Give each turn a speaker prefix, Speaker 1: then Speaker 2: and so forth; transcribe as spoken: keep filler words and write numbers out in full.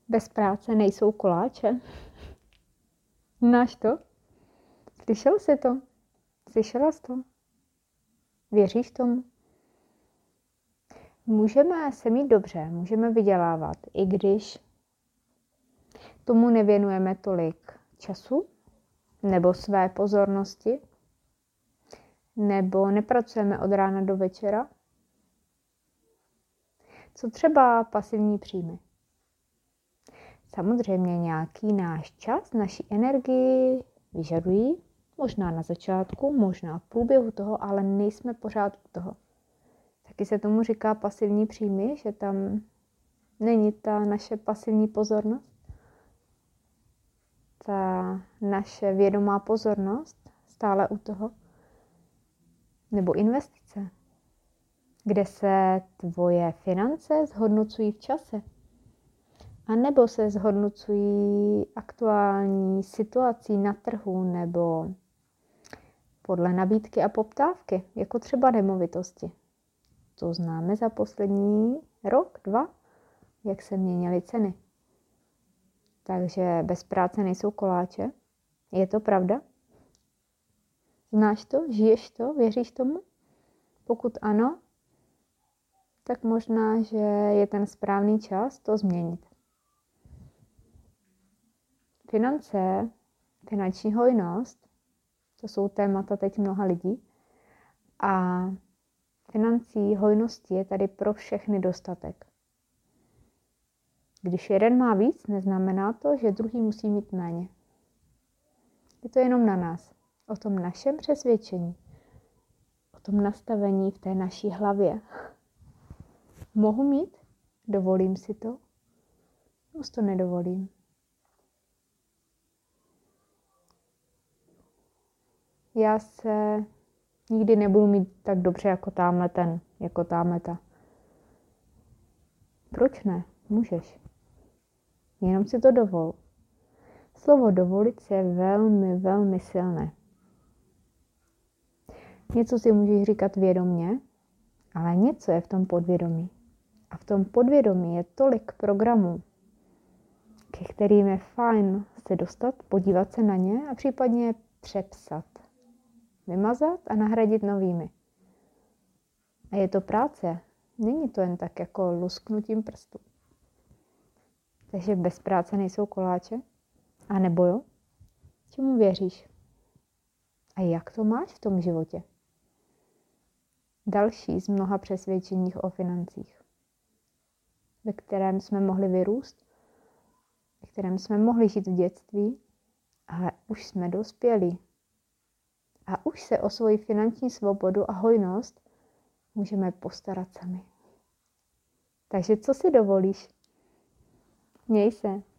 Speaker 1: Bez práce nejsou koláče. Znáš to? Slyšel jsi to? Slyšela jsi to? Věříš tomu? Můžeme se mít dobře, můžeme vydělávat, i když tomu nevěnujeme tolik času, nebo své pozornosti, nebo nepracujeme od rána do večera. Co třeba pasivní příjmy? Samozřejmě nějaký náš čas, naši energii vyžadují, možná na začátku, možná v průběhu toho, ale nejsme pořád u toho. Taky se tomu říká pasivní příjmy, že tam není ta naše pasivní pozornost, ta naše vědomá pozornost stále u toho, nebo investice, kde se tvoje finance zhodnocují v čase, a nebo se zhodnocují aktuální situací na trhu nebo podle nabídky a poptávky, jako třeba nemovitosti. To známe za poslední rok, dva, jak se měnily ceny. Takže bez práce nejsou koláče. Je to pravda? Znáš to? Žiješ to? Věříš tomu? Pokud ano, tak možná, že je ten správný čas to změnit. Finance, finanční hojnost, to jsou témata teď mnoha lidí. A financí hojnosti je tady pro všechny dostatek. Když jeden má víc, neznamená to, že druhý musí mít méně. Je to jenom na nás. O tom našem přesvědčení. O tom nastavení v té naší hlavě. Mohu mít? Dovolím si to? Nebo to nedovolím? Já se nikdy nebudu mít tak dobře jako támhle ten, jako támhle ta. Proč ne? Můžeš. Jenom si to dovol. Slovo dovolit je velmi, velmi silné. Něco si můžeš říkat vědomně, ale něco je v tom podvědomí. A v tom podvědomí je tolik programů, ke kterým je fajn se dostat, podívat se na ně a případně je přepsat. Vymazat a nahradit novými. A je to práce. Není to jen tak jako lusknutím prstu. Takže bez práce nejsou koláče? A nebo jo? Čemu věříš? A jak to máš v tom životě? Další z mnoha přesvědčeních o financích, ve kterém jsme mohli vyrůst, ve kterém jsme mohli žít v dětství, ale už jsme dospělí. A už se o svoji finanční svobodu a hojnost můžeme postarat sami. Takže co si dovolíš? Měj se.